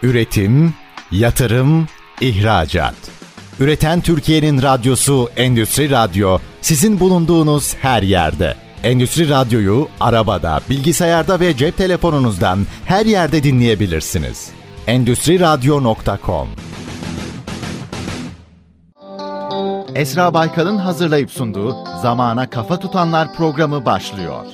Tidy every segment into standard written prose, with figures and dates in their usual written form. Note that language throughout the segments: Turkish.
Üretim, yatırım, ihracat. Üreten Türkiye'nin radyosu Endüstri Radyo, sizin bulunduğunuz her yerde. Endüstri Radyo'yu arabada, bilgisayarda ve cep telefonunuzdan her yerde dinleyebilirsiniz. Endüstriradyo.com. Esra Baykal'ın hazırlayıp sunduğu Zamana Kafa Tutanlar programı başlıyor.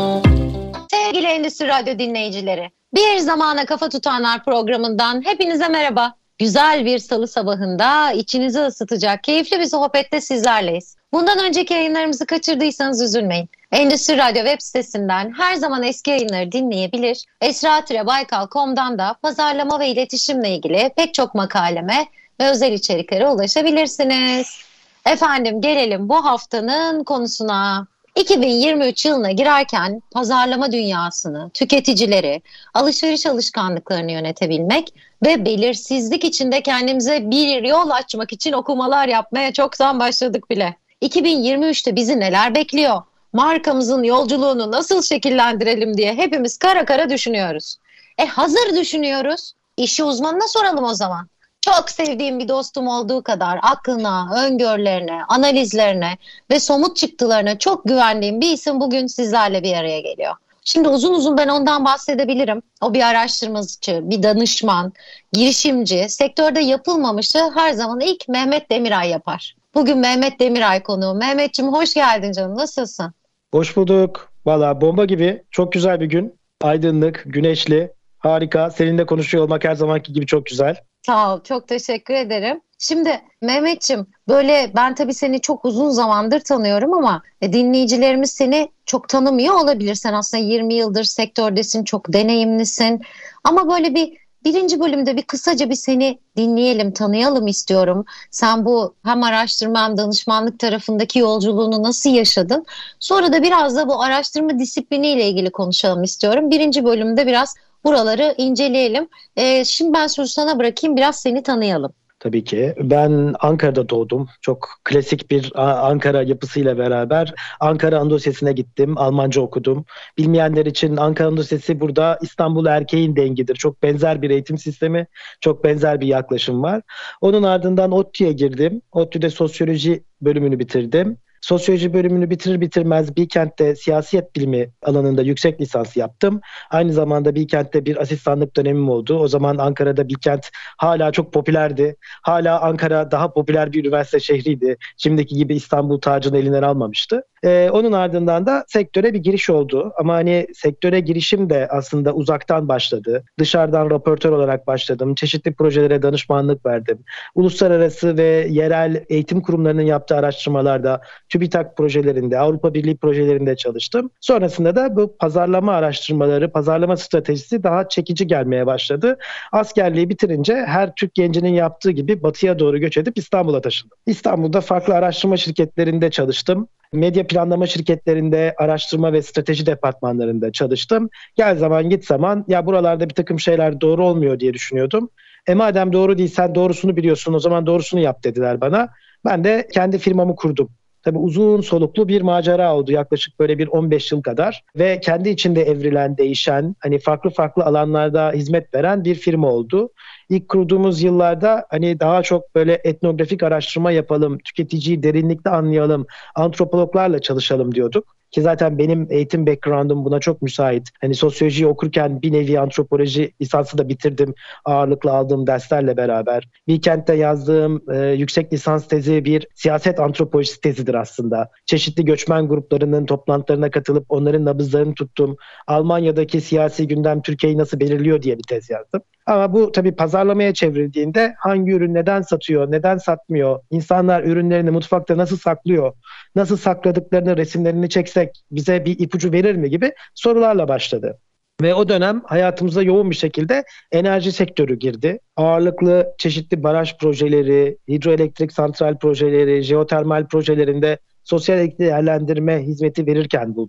Sevgili Endüstri Radyo dinleyicileri, Bir Zamana Kafa Tutanlar programından hepinize merhaba. Güzel bir salı sabahında içinizi ısıtacak keyifli bir sohbette sizlerleyiz. Bundan önceki yayınlarımızı kaçırdıysanız üzülmeyin. Endüstri Radyo web sitesinden her zaman eski yayınları dinleyebilir. esra-baykal.com'dan da pazarlama ve iletişimle ilgili pek çok makaleme ve özel içeriklere ulaşabilirsiniz. Efendim gelelim bu haftanın konusuna. 2023 yılına girerken pazarlama dünyasını, tüketicileri, alışveriş alışkanlıklarını yönetebilmek ve belirsizlik içinde kendimize bir yol açmak için okumalar yapmaya çoktan başladık bile. 2023'te bizi neler bekliyor? Markamızın yolculuğunu nasıl şekillendirelim diye hepimiz kara kara düşünüyoruz. Hazır düşünüyoruz. İşi uzmanına soralım o zaman. Çok sevdiğim bir dostum olduğu kadar aklına, öngörülerine, analizlerine ve somut çıktılarına çok güvendiğim bir isim bugün sizlerle bir araya geliyor. Şimdi uzun uzun ben ondan bahsedebilirim. O bir araştırmacı, bir danışman, girişimci, sektörde yapılmamışı her zaman ilk Mehmet Demiray yapar. Bugün Mehmet Demiray konuğum. Mehmetciğim hoş geldin canım, nasılsın? Hoş bulduk. Valla bomba gibi, çok güzel bir gün. Aydınlık, güneşli, harika. Seninle konuşuyor olmak her zamanki gibi çok güzel. Sağ ol, çok teşekkür ederim. Şimdi Mehmetciğim, böyle ben tabii seni çok uzun zamandır tanıyorum ama dinleyicilerimiz seni çok tanımıyor olabilir. Sen aslında 20 yıldır sektördesin, çok deneyimlisin. Ama böyle birinci bölümde kısaca seni dinleyelim, tanıyalım istiyorum. Sen bu hem araştırma hem danışmanlık tarafındaki yolculuğunu nasıl yaşadın? Sonra da biraz da bu araştırma disipliniyle ilgili konuşalım istiyorum. Birinci bölümde biraz buraları inceleyelim. Şimdi ben sözü sana bırakayım, biraz seni tanıyalım. Tabii ki. Ben Ankara'da doğdum. Çok klasik bir Ankara yapısıyla beraber Ankara Anadolu Lisesi'ne gittim. Almanca okudum. Bilmeyenler için Ankara Anadolu Lisesi burada İstanbul erkeğin dengidir. Çok benzer bir eğitim sistemi, çok benzer bir yaklaşım var. Onun ardından ODTÜ'ye girdim. ODTÜ'de sosyoloji bölümünü bitirdim. Sosyoloji bölümünü bitirir bitirmez Bilkent'te siyaset bilimi alanında yüksek lisans yaptım. Aynı zamanda Bilkent'te bir asistanlık dönemim oldu. O zaman Ankara'da Bilkent hala çok popülerdi. Hala Ankara daha popüler bir üniversite şehriydi. Şimdiki gibi İstanbul tacını elinden almamıştı. Onun ardından da sektöre bir giriş oldu. Ama sektöre girişim de aslında uzaktan başladı. Dışarıdan raportör olarak başladım. Çeşitli projelere danışmanlık verdim. Uluslararası ve yerel eğitim kurumlarının yaptığı araştırmalarda TÜBİTAK projelerinde, Avrupa Birliği projelerinde çalıştım. Sonrasında da bu pazarlama araştırmaları, pazarlama stratejisi daha çekici gelmeye başladı. Askerliği bitirince her Türk gencinin yaptığı gibi batıya doğru göç edip İstanbul'a taşındım. İstanbul'da farklı araştırma şirketlerinde çalıştım. Medya planlama şirketlerinde, araştırma ve strateji departmanlarında çalıştım. Gel zaman git zaman ya buralarda bir takım şeyler doğru olmuyor diye düşünüyordum. Madem doğru değil, sen doğrusunu biliyorsun, o zaman doğrusunu yap dediler bana. Ben de kendi firmamı kurdum. Tabii uzun soluklu bir macera oldu, yaklaşık böyle bir 15 yıl kadar ve kendi içinde evrilen, değişen, farklı farklı alanlarda hizmet veren bir firma oldu. İlk kurduğumuz yıllarda daha çok böyle etnografik araştırma yapalım, tüketiciyi derinlikte anlayalım, antropologlarla çalışalım diyorduk. Ki zaten benim eğitim background'um buna çok müsait. Sosyolojiyi okurken bir nevi antropoloji lisansı da bitirdim ağırlıklı aldığım derslerle beraber. Bilkent'te yazdığım yüksek lisans tezi bir siyaset antropolojisi tezidir aslında. Çeşitli göçmen gruplarının toplantılarına katılıp onların nabızlarını tuttum. Almanya'daki siyasi gündem Türkiye'yi nasıl belirliyor diye bir tez yazdım. Ama bu tabii pazarlamaya çevrildiğinde hangi ürün neden satıyor, neden satmıyor, insanlar ürünlerini mutfakta nasıl saklıyor, nasıl sakladıklarını resimlerini çeksek bize bir ipucu verir mi gibi sorularla başladı. Ve o dönem hayatımıza yoğun bir şekilde enerji sektörü girdi. Ağırlıklı çeşitli baraj projeleri, hidroelektrik santral projeleri, jeotermal projelerinde sosyal değerlendirme hizmeti verirken bulduk.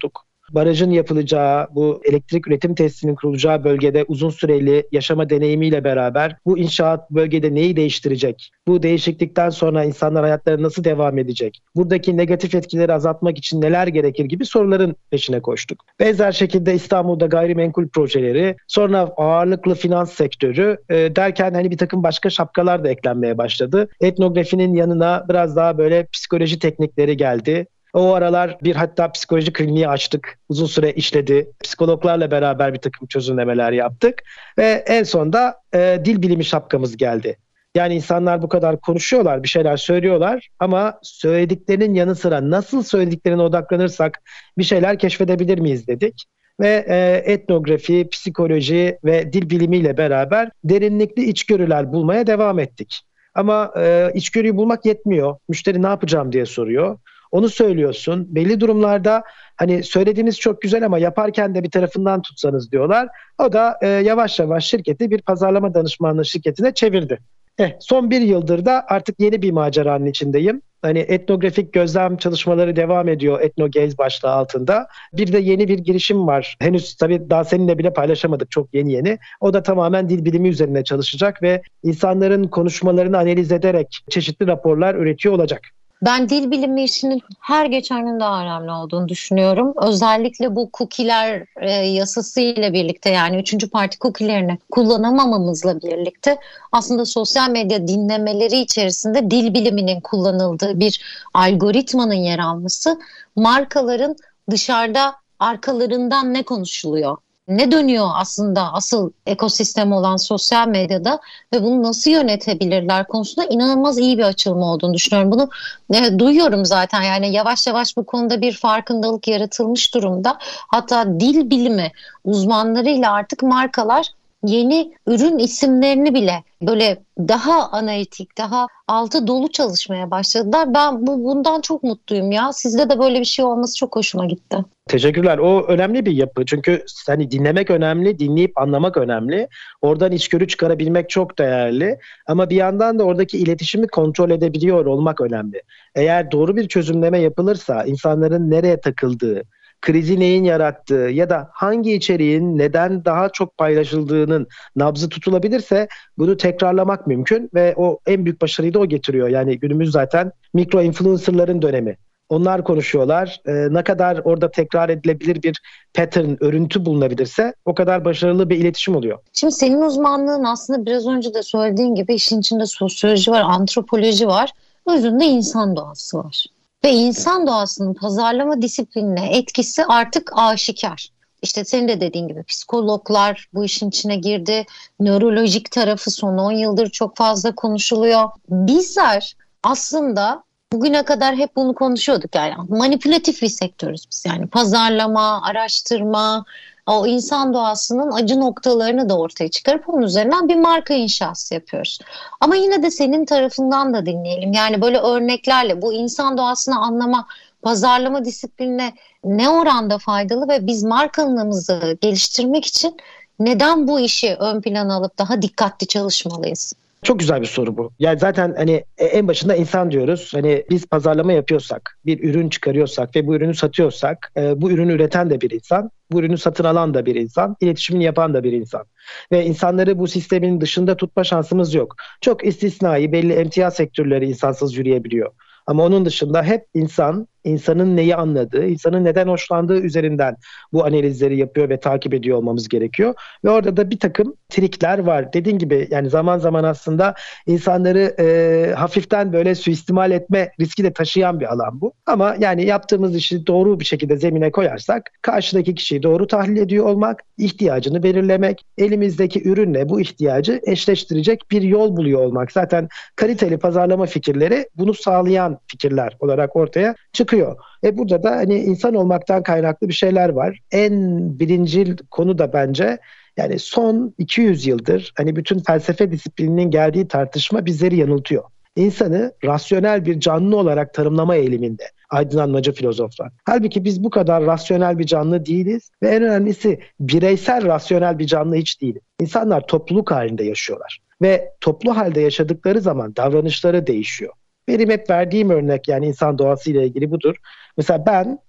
barajın yapılacağı, bu elektrik üretim tesisinin kurulacağı bölgede uzun süreli yaşama deneyimiyle beraber bu inşaat bölgede neyi değiştirecek? Bu değişiklikten sonra insanlar hayatlarına nasıl devam edecek? Buradaki negatif etkileri azaltmak için neler gerekir gibi soruların peşine koştuk. Benzer şekilde İstanbul'da gayrimenkul projeleri, sonra ağırlıklı finans sektörü derken hani bir takım başka şapkalar da eklenmeye başladı. Etnografinin yanına biraz daha böyle psikoloji teknikleri geldi. O aralar hatta psikoloji kliniği açtık. Uzun süre işledi. Psikologlarla beraber bir takım çözümlemeler yaptık. Ve en sonda dil bilimi şapkamız geldi. Yani insanlar bu kadar konuşuyorlar, bir şeyler söylüyorlar ama söylediklerinin yanı sıra nasıl söylediklerine odaklanırsak bir şeyler keşfedebilir miyiz dedik. Ve etnografi, psikoloji ve dil bilimiyle beraber derinlikli içgörüler bulmaya devam ettik. Ama içgörüyü bulmak yetmiyor. Müşteri ne yapacağım diye soruyor. Onu söylüyorsun. Belli durumlarda hani söylediğiniz çok güzel ama yaparken de bir tarafından tutsanız diyorlar. O da yavaş yavaş şirketi bir pazarlama danışmanlığı şirketine çevirdi. Son bir yıldır da artık yeni bir maceranın içindeyim. Hani etnografik gözlem çalışmaları devam ediyor Etnogaze başlığı altında. Bir de yeni bir girişim var. Henüz tabii daha seninle bile paylaşamadık, çok yeni. O da tamamen dil bilimi üzerine çalışacak ve insanların konuşmalarını analiz ederek çeşitli raporlar üretiyor olacak. Ben dil bilimi işinin her geçen gün daha önemli olduğunu düşünüyorum. Özellikle bu cookie'ler yasası ile birlikte, yani 3. parti cookie'lerini kullanamamamızla birlikte aslında sosyal medya dinlemeleri içerisinde dil biliminin kullanıldığı bir algoritmanın yer alması, markaların dışarıda arkalarından ne konuşuluyor, ne dönüyor aslında asıl ekosistem olan sosyal medyada ve bunu nasıl yönetebilirler konusunda inanılmaz iyi bir açılım olduğunu düşünüyorum. Bunu duyuyorum zaten, yani yavaş yavaş bu konuda bir farkındalık yaratılmış durumda. Hatta dil bilimi uzmanlarıyla artık markalar yeni ürün isimlerini bile böyle daha analitik, daha altı dolu çalışmaya başladılar. Ben bundan çok mutluyum ya. Sizde de böyle bir şey olması çok hoşuma gitti. Teşekkürler. O önemli bir yapı. Çünkü hani dinlemek önemli, dinleyip anlamak önemli. Oradan içgörü çıkarabilmek çok değerli. Ama bir yandan da oradaki iletişimi kontrol edebiliyor olmak önemli. Eğer doğru bir çözümleme yapılırsa insanların nereye takıldığı, krizi neyin yarattığı ya da hangi içeriğin neden daha çok paylaşıldığının nabzı tutulabilirse bunu tekrarlamak mümkün ve o en büyük başarıyı da o getiriyor. Yani günümüz zaten mikro influencerların dönemi. Onlar konuşuyorlar. Ne kadar orada tekrar edilebilir bir pattern, örüntü bulunabilirse o kadar başarılı bir iletişim oluyor. Şimdi senin uzmanlığın aslında biraz önce de söylediğin gibi işin içinde sosyoloji var, antropoloji var, özünde insan doğası var. Ve insan doğasının pazarlama disiplinine etkisi artık aşikar. İşte senin de dediğin gibi psikologlar bu işin içine girdi. Nörolojik tarafı son 10 yıldır çok fazla konuşuluyor. Bizler aslında bugüne kadar hep bunu konuşuyorduk, yani manipülatif bir sektörüz biz. Yani pazarlama, araştırma, o insan doğasının acı noktalarını da ortaya çıkarıp onun üzerinden bir marka inşası yapıyoruz. Ama yine de senin tarafından da dinleyelim. Yani böyle örneklerle bu insan doğasını anlama, pazarlama disiplinine ne oranda faydalı ve biz markalığımızı geliştirmek için neden bu işi ön plana alıp daha dikkatli çalışmalıyız? Çok güzel bir soru bu. Yani zaten hani en başında insan diyoruz. Hani biz pazarlama yapıyorsak, bir ürün çıkarıyorsak ve bu ürünü satıyorsak, bu ürünü üreten de bir insan, bu ürünü satın alan da bir insan, iletişimini yapan da bir insan. Ve insanları bu sistemin dışında tutma şansımız yok. Çok istisnai belli emtia sektörleri insansız yürüyebiliyor. Ama onun dışında hep insanın neyi anladığı, insanın neden hoşlandığı üzerinden bu analizleri yapıyor ve takip ediyor olmamız gerekiyor. Ve orada da bir takım trikler var. Dediğin gibi yani zaman zaman aslında insanları hafiften böyle suistimal etme riski de taşıyan bir alan bu. Ama yani yaptığımız işi doğru bir şekilde zemine koyarsak karşıdaki kişiyi doğru tahlil ediyor olmak, ihtiyacını belirlemek, elimizdeki ürünle bu ihtiyacı eşleştirecek bir yol buluyor olmak. Zaten kaliteli pazarlama fikirleri bunu sağlayan fikirler olarak ortaya çıkıyor. Burada da hani insan olmaktan kaynaklı bir şeyler var. En birincil konu da bence yani son 200 yıldır hani bütün felsefe disiplininin geldiği tartışma bizleri yanıltıyor. İnsanı rasyonel bir canlı olarak tanımlama eğiliminde aydınlanmacı filozoflar. Halbuki biz bu kadar rasyonel bir canlı değiliz ve en önemlisi bireysel rasyonel bir canlı hiç değiliz. İnsanlar topluluk halinde yaşıyorlar ve toplu halde yaşadıkları zaman davranışları değişiyor. Benim hep verdiğim örnek yani insan doğasıyla ilgili budur. Mesela ben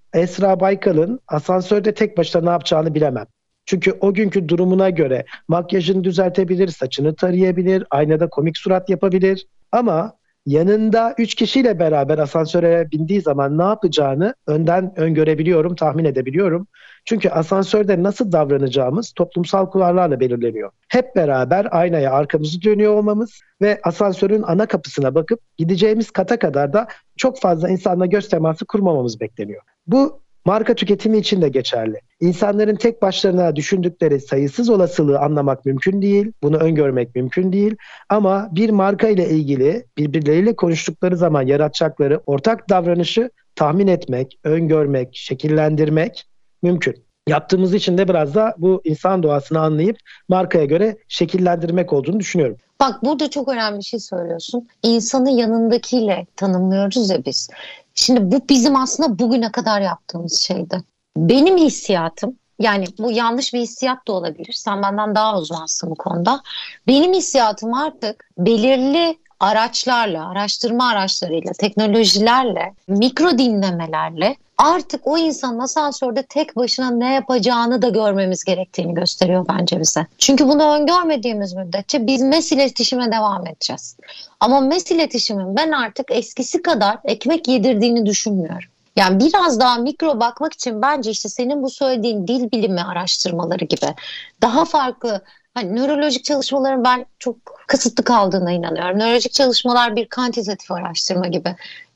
Esra Baykal'ın asansörde tek başına ne yapacağını bilemem. Çünkü o günkü durumuna göre makyajını düzeltebilir, saçını tarayabilir, aynada komik surat yapabilir. Ama yanında 3 kişiyle beraber asansöre bindiği zaman ne yapacağını önden öngörebiliyorum, tahmin edebiliyorum. Çünkü asansörde nasıl davranacağımız toplumsal kurallarla belirleniyor. Hep beraber aynaya arkamızı dönüyor olmamız ve asansörün ana kapısına bakıp gideceğimiz kata kadar da çok fazla insanla göz teması kurmamamız bekleniyor. Bu marka tüketimi için de geçerli. İnsanların tek başlarına düşündükleri sayısız olasılığı anlamak mümkün değil. Bunu öngörmek mümkün değil. Ama bir marka ile ilgili birbirleriyle konuştukları zaman yaratacakları ortak davranışı tahmin etmek, öngörmek, şekillendirmek mümkün. Yaptığımız için de biraz da bu insan doğasını anlayıp markaya göre şekillendirmek olduğunu düşünüyorum. Bak burada çok önemli bir şey söylüyorsun. İnsanı yanındakiyle tanımlıyoruz ya biz. Şimdi bu bizim aslında bugüne kadar yaptığımız şeydi. Benim hissiyatım, yani bu yanlış bir hissiyat da olabilir. Sen benden daha uzmansın bu konuda. Benim hissiyatım artık belirli araçlarla, araştırma araçlarıyla, teknolojilerle, mikro dinlemelerle artık o insanın asansörde tek başına ne yapacağını da görmemiz gerektiğini gösteriyor bence bize. Çünkü bunu öngörmediğimiz müddetçe biz mes iletişime devam edeceğiz. Ama mes iletişimin ben artık eskisi kadar ekmek yedirdiğini düşünmüyorum. Yani biraz daha mikro bakmak için bence işte senin bu söylediğin dil bilimi araştırmaları gibi daha farklı, hani nörolojik çalışmaların ben çok kısıtlı kaldığına inanıyorum. Nörolojik çalışmalar bir kantitatif araştırma gibi.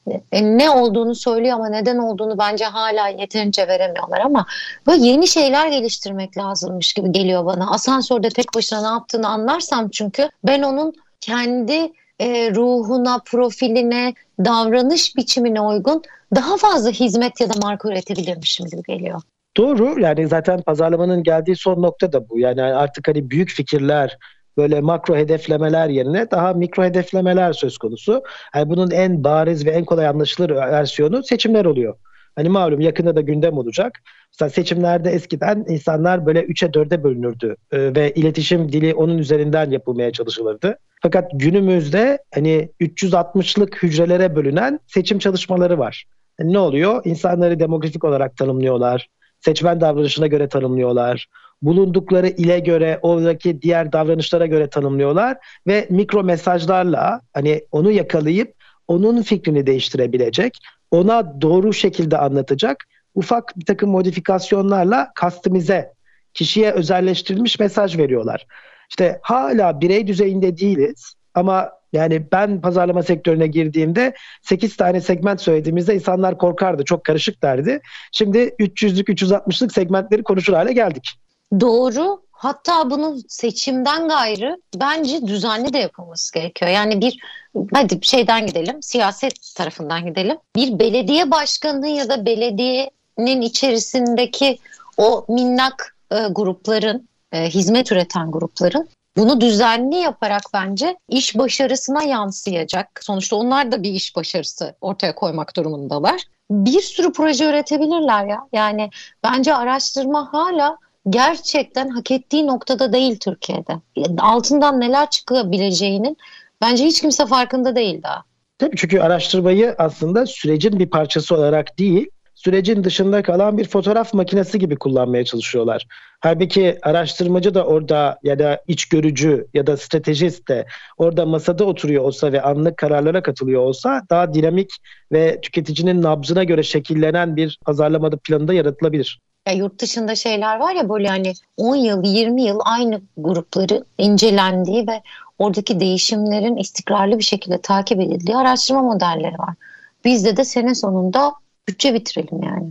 Ne olduğunu söylüyor ama neden olduğunu bence hala yeterince veremiyorlar, ama böyle yeni şeyler geliştirmek lazımmış gibi geliyor bana. Asansörde tek başına ne yaptığını anlarsam, çünkü ben onun kendi ruhuna, profiline, davranış biçimine uygun daha fazla hizmet ya da marka üretebilirmişim gibi geliyor. Doğru, yani zaten pazarlamanın geldiği son nokta da bu. Yani artık hani büyük fikirler, böyle makro hedeflemeler yerine daha mikro hedeflemeler söz konusu. Yani bunun en bariz ve en kolay anlaşılır versiyonu seçimler oluyor. Hani malum yakında da gündem olacak. Mesela seçimlerde eskiden insanlar böyle 3'e 4'e bölünürdü ve iletişim dili onun üzerinden yapılmaya çalışılırdı. Fakat günümüzde hani 360'lık hücrelere bölünen seçim çalışmaları var. Yani ne oluyor? İnsanları demografik olarak tanımlıyorlar. Seçmen davranışına göre tanımlıyorlar. Bulundukları ile göre, oradaki diğer davranışlara göre tanımlıyorlar ve mikro mesajlarla hani onu yakalayıp onun fikrini değiştirebilecek, ona doğru şekilde anlatacak ufak bir takım modifikasyonlarla kastimize, kişiye özelleştirilmiş mesaj veriyorlar. İşte hala birey düzeyinde değiliz ama yani ben pazarlama sektörüne girdiğimde 8 tane segment söylediğimizde insanlar korkardı, çok karışık derdi. Şimdi 300'lük, 360'lık segmentleri konuşur hale geldik. Doğru. Hatta bunun seçimden gayrı bence düzenli de yapılması gerekiyor. Yani hadi şeyden gidelim, siyaset tarafından gidelim. Bir belediye başkanı ya da belediyenin içerisindeki o minnak grupların, hizmet üreten grupların bunu düzenli yaparak bence iş başarısına yansıyacak. Sonuçta onlar da bir iş başarısı ortaya koymak durumundalar. Bir sürü proje üretebilirler ya. Yani bence araştırma hala gerçekten hak ettiği noktada değil Türkiye'de. Altından neler çıkabileceğinin bence hiç kimse farkında değil daha. Tabii, çünkü araştırmayı aslında sürecin bir parçası olarak değil, sürecin dışında kalan bir fotoğraf makinesi gibi kullanmaya çalışıyorlar. Halbuki araştırmacı da orada ya da içgörücü ya da stratejist de orada masada oturuyor olsa ve anlık kararlara katılıyor olsa daha dinamik ve tüketicinin nabzına göre şekillenen bir pazarlama planı da yaratılabilir. Ya yurt dışında şeyler var ya, böyle hani 10 yıl 20 yıl aynı grupları incelendiği ve oradaki değişimlerin istikrarlı bir şekilde takip edildiği araştırma modelleri var. Bizde de sene sonunda bütçe bitirelim yani.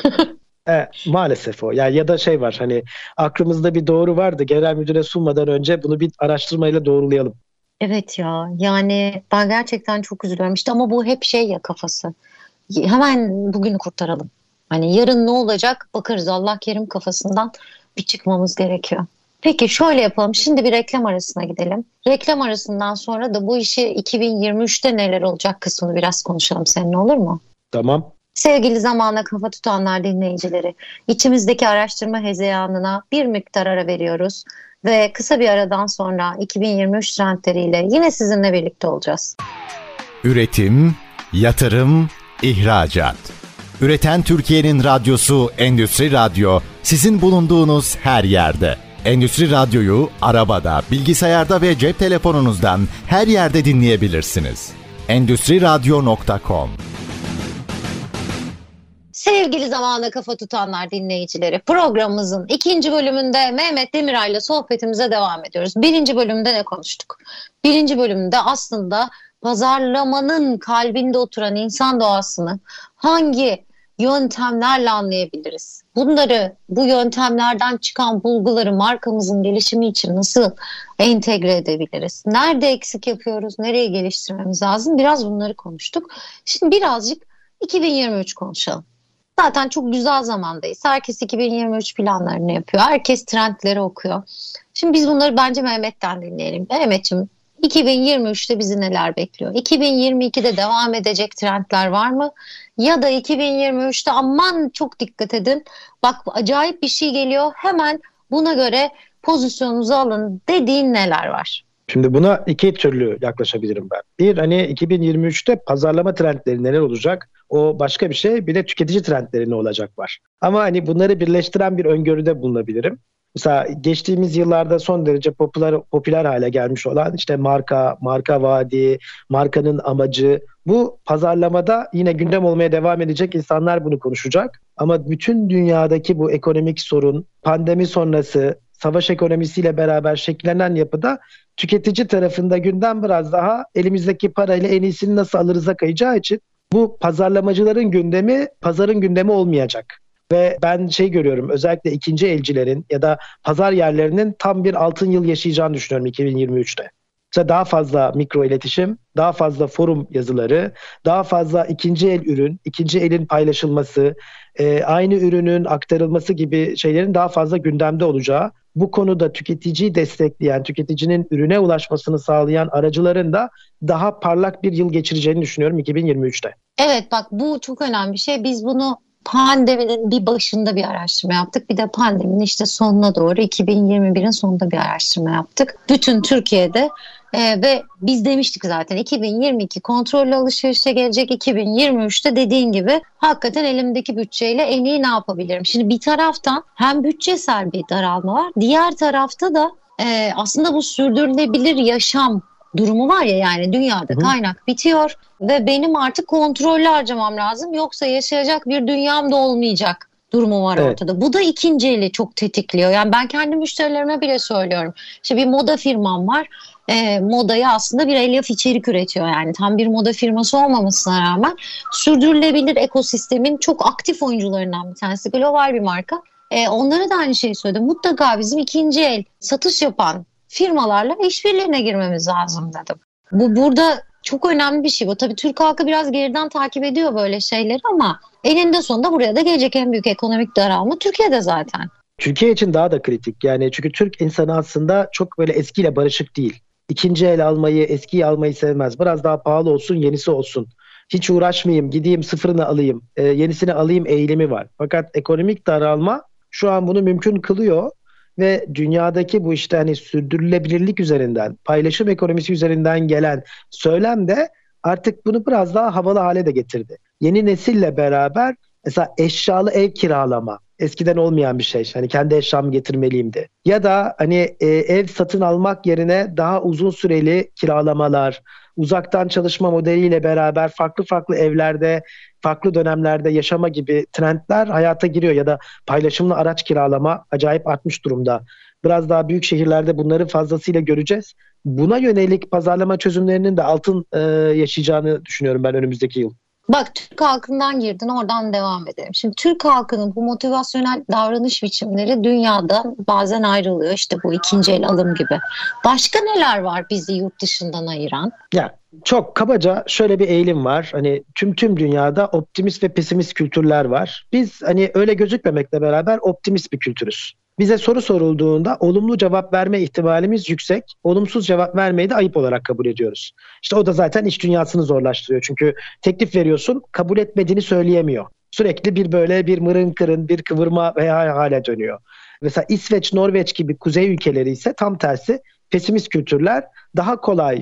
Maalesef o. Yani ya da şey var, hani aklımızda bir doğru vardı, genel müdüre sunmadan önce bunu bir araştırmayla doğrulayalım. Evet ya, yani ben gerçekten çok üzülüyorum işte, ama bu hep şey ya, kafası. Hemen bugünü kurtaralım. Hani yarın ne olacak bakarız, Allah kerim kafasından bir çıkmamız gerekiyor. Peki şöyle yapalım, şimdi bir reklam arasına gidelim. Reklam arasından sonra da bu işi 2023'te neler olacak kısmını biraz konuşalım seninle, olur mu? Tamam. Sevgili Zamana Kafa Tutanlar dinleyicileri, içimizdeki araştırma hezeyanına bir miktar ara veriyoruz ve kısa bir aradan sonra 2023 trendleriyle yine sizinle birlikte olacağız. Üretim, yatırım, ihracat. Üreten Türkiye'nin radyosu Endüstri Radyo, sizin bulunduğunuz her yerde. Endüstri Radyo'yu arabada, bilgisayarda ve cep telefonunuzdan her yerde dinleyebilirsiniz. Endüstriradyo.com. Sevgili Zamana Kafa Tutanlar dinleyicileri, programımızın 2. bölümünde Mehmet Demiray'la sohbetimize devam ediyoruz. 1. bölümde ne konuştuk? 1. bölümde aslında pazarlamanın kalbinde oturan insan doğasını hangi yöntemlerle anlayabiliriz? Bu yöntemlerden çıkan bulguları markamızın gelişimi için nasıl entegre edebiliriz? Nerede eksik yapıyoruz? Nereye geliştirmemiz lazım? Biraz bunları konuştuk. Şimdi birazcık 2023 konuşalım. Zaten çok güzel zamandayız. Herkes 2023 planlarını yapıyor. Herkes trendleri okuyor. Şimdi biz bunları bence Mehmet'ten dinleyelim. Mehmet'ciğim, 2023'te bizi neler bekliyor? 2022'de devam edecek trendler var mı? Ya da 2023'te aman çok dikkat edin. Bak acayip bir şey geliyor. Hemen buna göre pozisyonunuzu alın dediğin neler var? Şimdi buna iki türlü yaklaşabilirim ben. Bir, hani 2023'te pazarlama trendleri neler olacak? O başka bir şey. Bir de tüketici trendleri ne olacak var. Ama hani bunları birleştiren bir öngörüde bulunabilirim. Mesela geçtiğimiz yıllarda son derece popüler hale gelmiş olan işte marka vaadi, markanın amacı. Bu pazarlamada yine gündem olmaya devam edecek, insanlar bunu konuşacak. Ama bütün dünyadaki bu ekonomik sorun, pandemi sonrası, savaş ekonomisiyle beraber şekillenen yapıda tüketici tarafında gündem biraz daha elimizdeki parayla en iyisini nasıl alırız'a kayacağı için bu pazarlamacıların gündemi pazarın gündemi olmayacak. Ve ben görüyorum, özellikle ikinci elcilerin ya da pazar yerlerinin tam bir altın yıl yaşayacağını düşünüyorum 2023'te. İşte daha fazla mikro iletişim, daha fazla forum yazıları, daha fazla ikinci el ürün, ikinci elin paylaşılması, aynı ürünün aktarılması gibi şeylerin daha fazla gündemde olacağı, bu konuda tüketiciyi destekleyen, tüketicinin ürüne ulaşmasını sağlayan aracıların da daha parlak bir yıl geçireceğini düşünüyorum 2023'te. Evet, bak bu çok önemli bir şey. Biz bunu pandeminin bir başında bir araştırma yaptık. Bir de pandeminin işte sonuna doğru 2021'in sonunda bir araştırma yaptık. Bütün Türkiye'de ve biz demiştik zaten 2022 kontrollü alışverişe gelecek, 2023'te dediğin gibi hakikaten elimdeki bütçeyle en iyi ne yapabilirim? Şimdi bir taraftan hem bütçesel bir daralma var, diğer tarafta da aslında bu sürdürülebilir yaşam durumu var ya, yani dünyada kaynak bitiyor ve benim artık kontrollü harcamam lazım, yoksa yaşayacak bir dünyam da olmayacak durumu var ortada. Bu da ikinci eli çok tetikliyor. Yani ben kendi müşterilerime bile söylüyorum. İşte bir moda firmam var. Modaya aslında bir elyaf içerik üretiyor, yani tam bir moda firması olmamasına rağmen sürdürülebilir ekosistemin çok aktif oyuncularından bir tanesi, global bir marka. Onlara da aynı şeyi söyledim. Mutlaka bizim ikinci el satış yapan firmalarla işbirliğine girmemiz lazım dedim. Bu burada çok önemli bir şey. Bu tabii Türk halkı biraz geriden takip ediyor böyle şeyleri ama eninde sonunda buraya da gelecek en büyük ekonomik daralma Türkiye'de zaten. Türkiye için daha da kritik. Yani çünkü Türk insanı aslında çok böyle eskiyle barışık değil. İkinci el almayı, eskiyi almayı sevmez. Biraz daha pahalı olsun, yenisi olsun. Hiç uğraşmayayım, gideyim sıfırını alayım, yenisini alayım eğilimi var. Fakat ekonomik daralma şu an bunu mümkün kılıyor. Ve dünyadaki bu işte hani sürdürülebilirlik üzerinden, paylaşım ekonomisi üzerinden gelen söylem de artık bunu biraz daha havalı hale de getirdi. Yeni nesille beraber mesela eşyalı ev kiralama, eskiden olmayan bir şey. Hani kendi eşyamı getirmeliyimdi. Ya da hani ev satın almak yerine daha uzun süreli kiralamalar, uzaktan çalışma modeliyle beraber farklı evlerde, farklı dönemlerde yaşama gibi trendler hayata giriyor. Ya da paylaşımlı araç kiralama acayip artmış durumda. Biraz daha büyük şehirlerde bunları fazlasıyla göreceğiz. Buna yönelik pazarlama çözümlerinin de altın yaşayacağını düşünüyorum ben önümüzdeki yıl. Bak, Türk halkından girdin, oradan devam edelim. Şimdi Türk halkının bu motivasyonel davranış biçimleri dünyada bazen ayrılıyor. İşte bu ikinci el alım gibi. Başka neler var bizi yurt dışından ayıran? Ya çok kabaca şöyle bir eğilim var. Hani tüm dünyada optimist ve pesimist kültürler var. Biz hani öyle gözükmemekle beraber optimist bir kültürüz. Bize soru sorulduğunda olumlu cevap verme ihtimalimiz yüksek. Olumsuz cevap vermeyi de ayıp olarak kabul ediyoruz. İşte o da zaten iş dünyasını zorlaştırıyor. Çünkü teklif veriyorsun, kabul etmediğini söyleyemiyor. Sürekli bir mırın kırın, bir kıvırma veya hale dönüyor. Mesela İsveç, Norveç gibi kuzey ülkeleri ise tam tersi pesimist kültürler daha kolay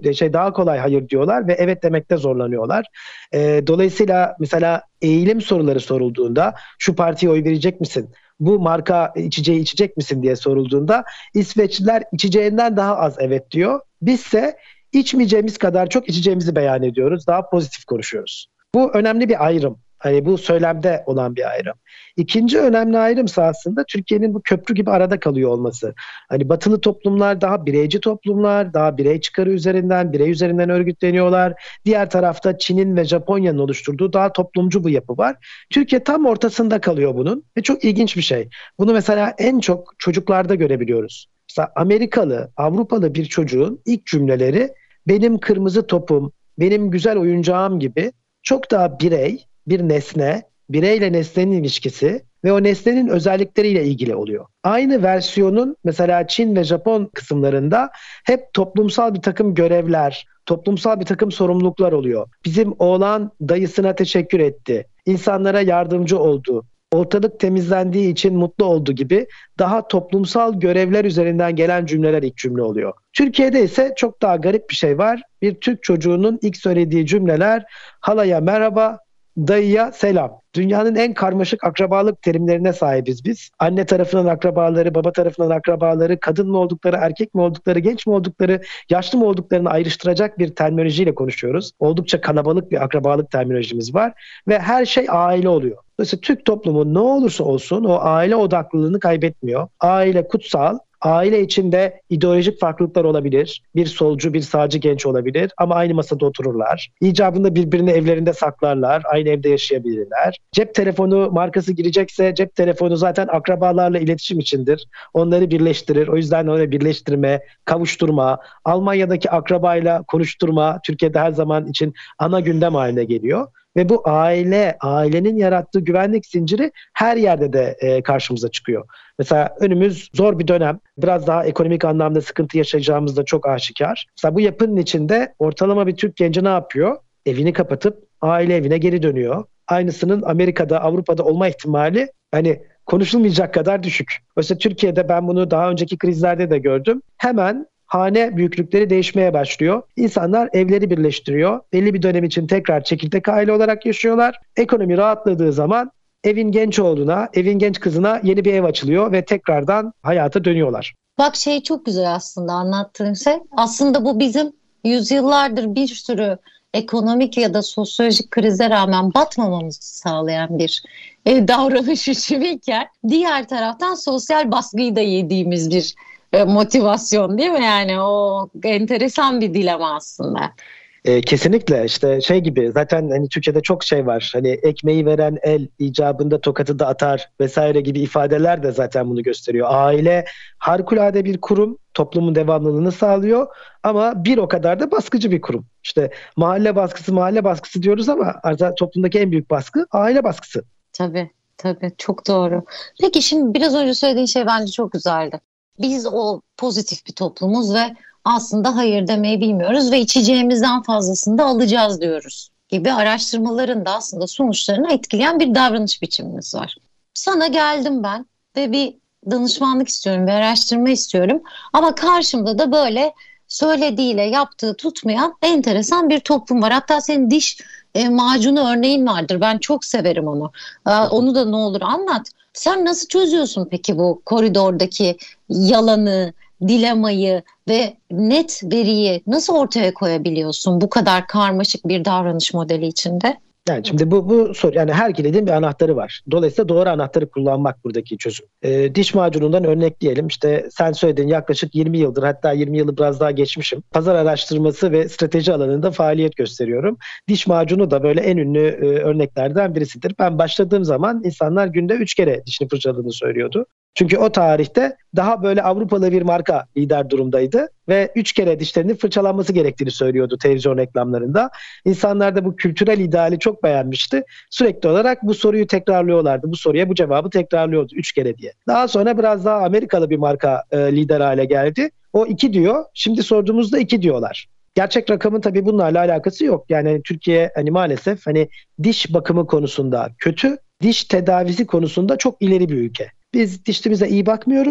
hayır diyorlar ve evet demekte zorlanıyorlar. Dolayısıyla mesela eğilim soruları sorulduğunda şu partiye oy verecek misin? Bu marka içeceği içecek misin diye sorulduğunda İsveçliler içeceğinden daha az evet diyor. Bizse içmeyeceğimiz kadar çok içeceğimizi beyan ediyoruz. Daha pozitif konuşuyoruz. Bu önemli bir ayrım. Hani bu söylemde olan bir ayrım. İkinci önemli ayrımsa aslında Türkiye'nin bu köprü gibi arada kalıyor olması. Hani batılı toplumlar daha bireyci toplumlar, daha birey çıkarı üzerinden, birey üzerinden örgütleniyorlar. Diğer tarafta Çin'in ve Japonya'nın oluşturduğu daha toplumcu bir yapı var. Türkiye tam ortasında kalıyor bunun ve çok ilginç bir şey. Bunu mesela en çok çocuklarda görebiliyoruz. Mesela Amerikalı, Avrupalı bir çocuğun ilk cümleleri benim kırmızı topum, benim güzel oyuncağım gibi çok daha birey, bir nesne, bireyle nesnenin ilişkisi ve o nesnenin özellikleriyle ilgili oluyor. Aynı versiyonun mesela Çin ve Japon kısımlarında hep toplumsal bir takım görevler, toplumsal bir takım sorumluluklar oluyor. Bizim oğlan dayısına teşekkür etti, insanlara yardımcı oldu, ortalık temizlendiği için mutlu oldu gibi daha toplumsal görevler üzerinden gelen cümleler ilk cümle oluyor. Türkiye'de ise çok daha garip bir şey var. Bir Türk çocuğunun ilk söylediği cümleler halaya merhaba, dayıya selam. Dünyanın en karmaşık akrabalık terimlerine sahibiz biz. Anne tarafından akrabaları, baba tarafından akrabaları, kadın mı oldukları, erkek mi oldukları, genç mi oldukları, yaşlı mı olduklarını ayrıştıracak bir terminolojiyle konuşuyoruz. Oldukça kalabalık bir akrabalık terminolojimiz var ve her şey aile oluyor. Dolayısıyla Türk toplumu ne olursa olsun o aile odaklılığını kaybetmiyor. Aile kutsal. Aile içinde ideolojik farklılıklar olabilir. Bir solcu, bir sağcı genç olabilir ama aynı masada otururlar. İcabında birbirini evlerinde saklarlar. Aynı evde yaşayabilirler. Cep telefonu markası girecekse cep telefonu zaten akrabalarla iletişim içindir. Onları birleştirir. O yüzden onu birleştirme, kavuşturma, Almanya'daki akrabayla konuşturma Türkiye'de her zaman için ana gündem haline geliyor. Ve bu ailenin yarattığı güvenlik zinciri her yerde de karşımıza çıkıyor. Mesela önümüz zor bir dönem. Biraz daha ekonomik anlamda sıkıntı yaşayacağımız da çok aşikar. Mesela bu yapının içinde ortalama bir Türk genci ne yapıyor? Evini kapatıp aile evine geri dönüyor. Aynısının Amerika'da, Avrupa'da olma ihtimali hani konuşulmayacak kadar düşük. Oysa Türkiye'de ben bunu daha önceki krizlerde de gördüm. Hemen hane büyüklükleri değişmeye başlıyor. İnsanlar evleri birleştiriyor. Belli bir dönem için tekrar çekirdek aile olarak yaşıyorlar. Ekonomi rahatladığı zaman evin genç oğluna, evin genç kızına yeni bir ev açılıyor ve tekrardan hayata dönüyorlar. Bak çok güzel aslında anlattığın şey. Aslında bu bizim yüzyıllardır bir sürü ekonomik ya da sosyolojik krize rağmen batmamamızı sağlayan bir davranış biçimiyken diğer taraftan sosyal baskıyı da yediğimiz bir motivasyon değil mi? Yani o enteresan bir dilema aslında. Kesinlikle işte gibi zaten hani Türkiye'de çok şey var. Hani ekmeği veren el icabında tokatı da atar vesaire gibi ifadeler de zaten bunu gösteriyor. Aile harikulade bir kurum, toplumun devamlılığını sağlıyor ama bir o kadar da baskıcı bir kurum. İşte mahalle baskısı diyoruz ama artık toplumdaki en büyük baskı aile baskısı. Tabii çok doğru. Peki şimdi biraz önce söylediğin şey bence çok güzeldi. Biz o pozitif bir toplumuz ve aslında hayır demeyi bilmiyoruz ve içeceğimizden fazlasını da alacağız diyoruz gibi araştırmaların da aslında sonuçlarını etkileyen bir davranış biçimimiz var. Sana geldim ben ve bir danışmanlık istiyorum, bir araştırma istiyorum ama karşımda da böyle söylediğiyle yaptığı tutmayan enteresan bir toplum var. Hatta senin diş macunu örneğin vardır. Ben çok severim onu. Onu da ne olur anlat. Sen nasıl çözüyorsun peki bu koridordaki yalanı, dilemayı ve net veriyi nasıl ortaya koyabiliyorsun bu kadar karmaşık bir davranış modeli içinde? Yani şimdi bu soru yani her kilidin bir anahtarı var. Dolayısıyla doğru anahtarı kullanmak buradaki çözüm. Diş macunundan örnekleyelim. İşte sen söylediğin yaklaşık 20 yıldır hatta 20 yılı biraz daha geçmişim. Pazar araştırması ve strateji alanında faaliyet gösteriyorum. Diş macunu da böyle en ünlü örneklerden birisidir. Ben başladığım zaman insanlar günde 3 kere dişini fırçaladığını söylüyordu. Çünkü o tarihte daha böyle Avrupalı bir marka lider durumdaydı ve 3 kere dişlerinin fırçalanması gerektiğini söylüyordu televizyon reklamlarında. İnsanlar da bu kültürel ideali çok beğenmişti. Sürekli olarak bu soruyu tekrarlıyorlardı. Bu soruya bu cevabı tekrarlıyordu 3 kere diye. Daha sonra biraz daha Amerikalı bir marka lider hale geldi. O 2 diyor. Şimdi sorduğumuzda 2 diyorlar. Gerçek rakamın tabii bunlarla alakası yok. Yani Türkiye maalesef diş bakımı konusunda kötü, diş tedavisi konusunda çok ileri bir ülke. Biz dişimize iyi bakmıyoruz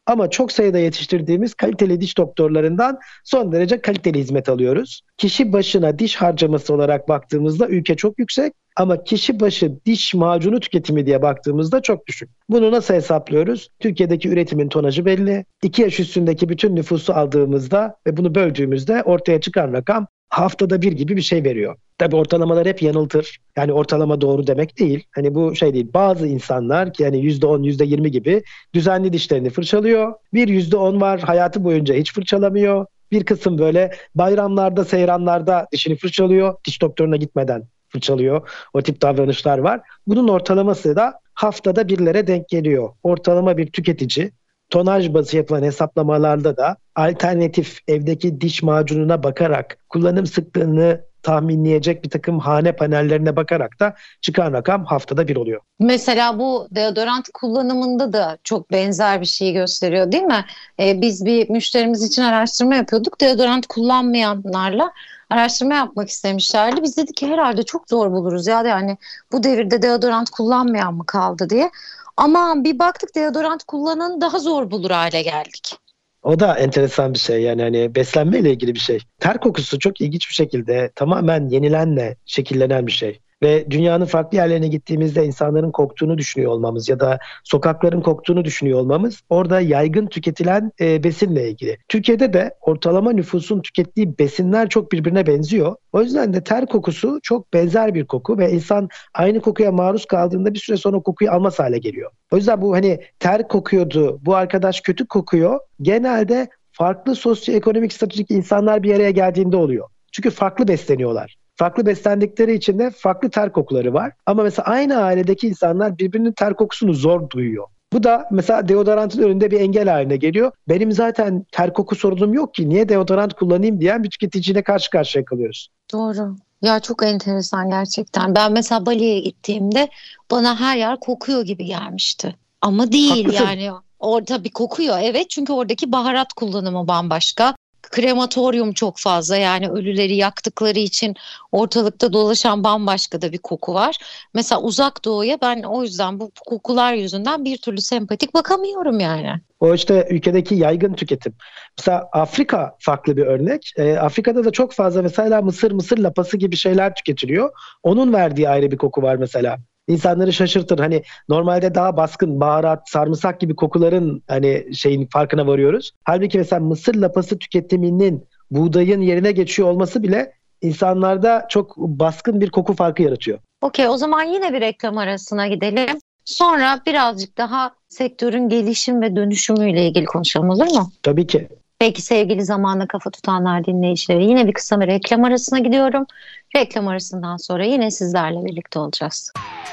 Ama çok sayıda yetiştirdiğimiz kaliteli diş doktorlarından son derece kaliteli hizmet alıyoruz. Kişi başına diş harcaması olarak baktığımızda ülke çok yüksek ama kişi başı diş macunu tüketimi diye baktığımızda çok düşük. Bunu nasıl hesaplıyoruz? Türkiye'deki üretimin tonajı belli. 2 yaş üstündeki bütün nüfusu aldığımızda ve bunu böldüğümüzde ortaya çıkan rakam haftada bir gibi bir şey veriyor. Tabii ortalamalar hep yanıltır. Yani ortalama doğru demek değil. Hani bu şey değil. Bazı insanlar ki yani %10, %20 gibi düzenli dişlerini fırçalıyor. Bir %10 var hayatı boyunca hiç fırçalamıyor. Bir kısım böyle bayramlarda, seyranlarda dişini fırçalıyor. Diş doktoruna gitmeden fırçalıyor. O tip davranışlar var. Bunun ortalaması da haftada birlere denk geliyor. Ortalama bir tüketici tonaj bazı yapılan hesaplamalarda da alternatif evdeki diş macununa bakarak kullanım sıklığını tahminleyecek bir takım hane panellerine bakarak da çıkan rakam haftada bir oluyor. Mesela bu deodorant kullanımında da çok benzer bir şeyi gösteriyor değil mi? Biz bir müşterimiz için araştırma yapıyorduk. Deodorant kullanmayanlarla araştırma yapmak istemişlerdi. Biz dedik ki herhalde çok zor buluruz ya, yani bu devirde deodorant kullanmayan mı kaldı diye. Ama bir baktık deodorant kullanan daha zor bulur hale geldik. O da enteresan bir şey, yani hani beslenmeyle ilgili bir şey. Ter kokusu çok ilginç bir şekilde tamamen yenilenle şekillenen bir şey. Ve dünyanın farklı yerlerine gittiğimizde insanların koktuğunu düşünüyor olmamız ya da sokakların koktuğunu düşünüyor olmamız orada yaygın tüketilen besinle ilgili. Türkiye'de de ortalama nüfusun tükettiği besinler çok birbirine benziyor. O yüzden de ter kokusu çok benzer bir koku ve insan aynı kokuya maruz kaldığında bir süre sonra o kokuyu almaz hale geliyor. O yüzden bu hani ter kokuyordu, bu arkadaş kötü kokuyor genelde farklı sosyoekonomik statüdeki insanlar bir araya geldiğinde oluyor. Çünkü farklı besleniyorlar. Farklı beslendikleri için de farklı ter kokuları var. Ama mesela aynı ailedeki insanlar birbirinin ter kokusunu zor duyuyor. Bu da mesela deodorantın önünde bir engel haline geliyor. Benim zaten ter koku sorunum yok ki niye deodorant kullanayım diyen bir tüketiciyle karşı karşıya kalıyoruz. Doğru. Ya çok enteresan gerçekten. Ben mesela Bali'ye gittiğimde bana her yer kokuyor gibi gelmişti. Ama değil. Haklısın. Yani orada bir kokuyor, evet, çünkü oradaki baharat kullanımı bambaşka. Krematoryum çok fazla, yani ölüleri yaktıkları için ortalıkta dolaşan bambaşka da bir koku var. Mesela Uzak Doğu'ya ben o yüzden bu kokular yüzünden bir türlü sempatik bakamıyorum yani. O işte ülkedeki yaygın tüketim. Mesela Afrika farklı bir örnek. Afrika'da da çok fazla mesela mısır lapası gibi şeyler tüketiliyor. Onun verdiği ayrı bir koku var mesela. İnsanları şaşırtır. Hani normalde daha baskın baharat, sarımsak gibi kokuların hani şeyin farkına varıyoruz. Halbuki mesela mısır lapası tüketiminin buğdayın yerine geçiyor olması bile insanlarda çok baskın bir koku farkı yaratıyor. Okey, o zaman yine bir reklam arasına gidelim. Sonra birazcık daha sektörün gelişim ve dönüşümüyle ilgili konuşalım, olur mu? Tabii ki. Peki sevgili Zamanla Kafa Tutanlar dinleyicileri, yine bir kısa bir reklam arasına gidiyorum. Reklam arasından sonra yine sizlerle birlikte olacağız.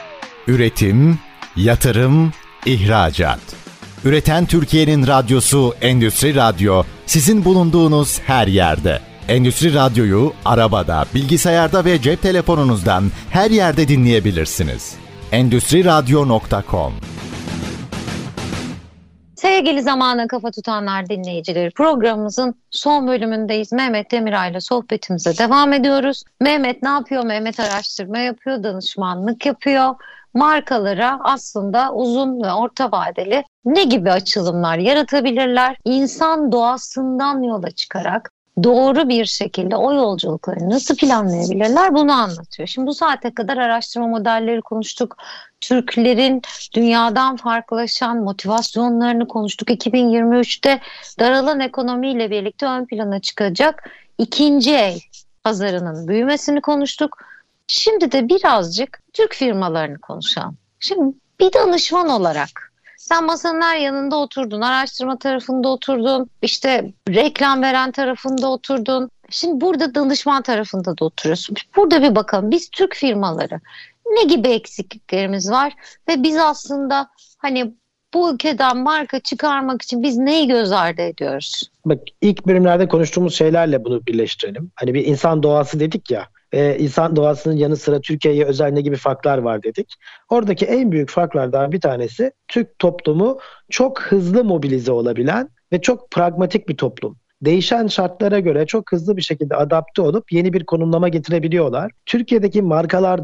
Üretim, yatırım, ihracat. Üreten Türkiye'nin radyosu Endüstri Radyo, sizin bulunduğunuz her yerde. Endüstri Radyo'yu arabada, bilgisayarda ve cep telefonunuzdan her yerde dinleyebilirsiniz. Endüstriradyo.com. Sevgili Zamana Kafa Tutanlar dinleyicileri, programımızın son bölümündeyiz. Mehmet Demirağ ile sohbetimize devam ediyoruz. Mehmet ne yapıyor? Mehmet araştırma yapıyor, danışmanlık yapıyor. Markalara aslında uzun ve orta vadeli ne gibi açılımlar yaratabilirler? İnsan doğasından yola çıkarak doğru bir şekilde o yolculukları nasıl planlayabilirler, bunu anlatıyor. Şimdi bu saate kadar araştırma modelleri konuştuk. Türklerin dünyadan farklılaşan motivasyonlarını konuştuk. 2023'te daralan ekonomiyle birlikte ön plana çıkacak ikinci el pazarının büyümesini konuştuk. Şimdi de birazcık Türk firmalarını konuşalım. Şimdi bir danışman olarak sen masanın her yanında oturdun, araştırma tarafında oturdun, işte reklam veren tarafında oturdun. Şimdi burada danışman tarafında da oturuyorsun. Burada bir bakalım, biz Türk firmaları ne gibi eksikliklerimiz var ve biz aslında hani bu ülkeden marka çıkarmak için biz neyi göz ardı ediyoruz? Bak, ilk bölümlerde konuştuğumuz şeylerle bunu birleştirelim. Hani bir insan doğası dedik ya. İnsan doğasının yanı sıra Türkiye'ye özel ne gibi farklar var dedik. Oradaki en büyük farklardan bir tanesi Türk toplumu çok hızlı mobilize olabilen ve çok pragmatik bir toplum. Değişen şartlara göre çok hızlı bir şekilde adapte olup yeni bir konumlama getirebiliyorlar. Türkiye'deki markalar da öyle.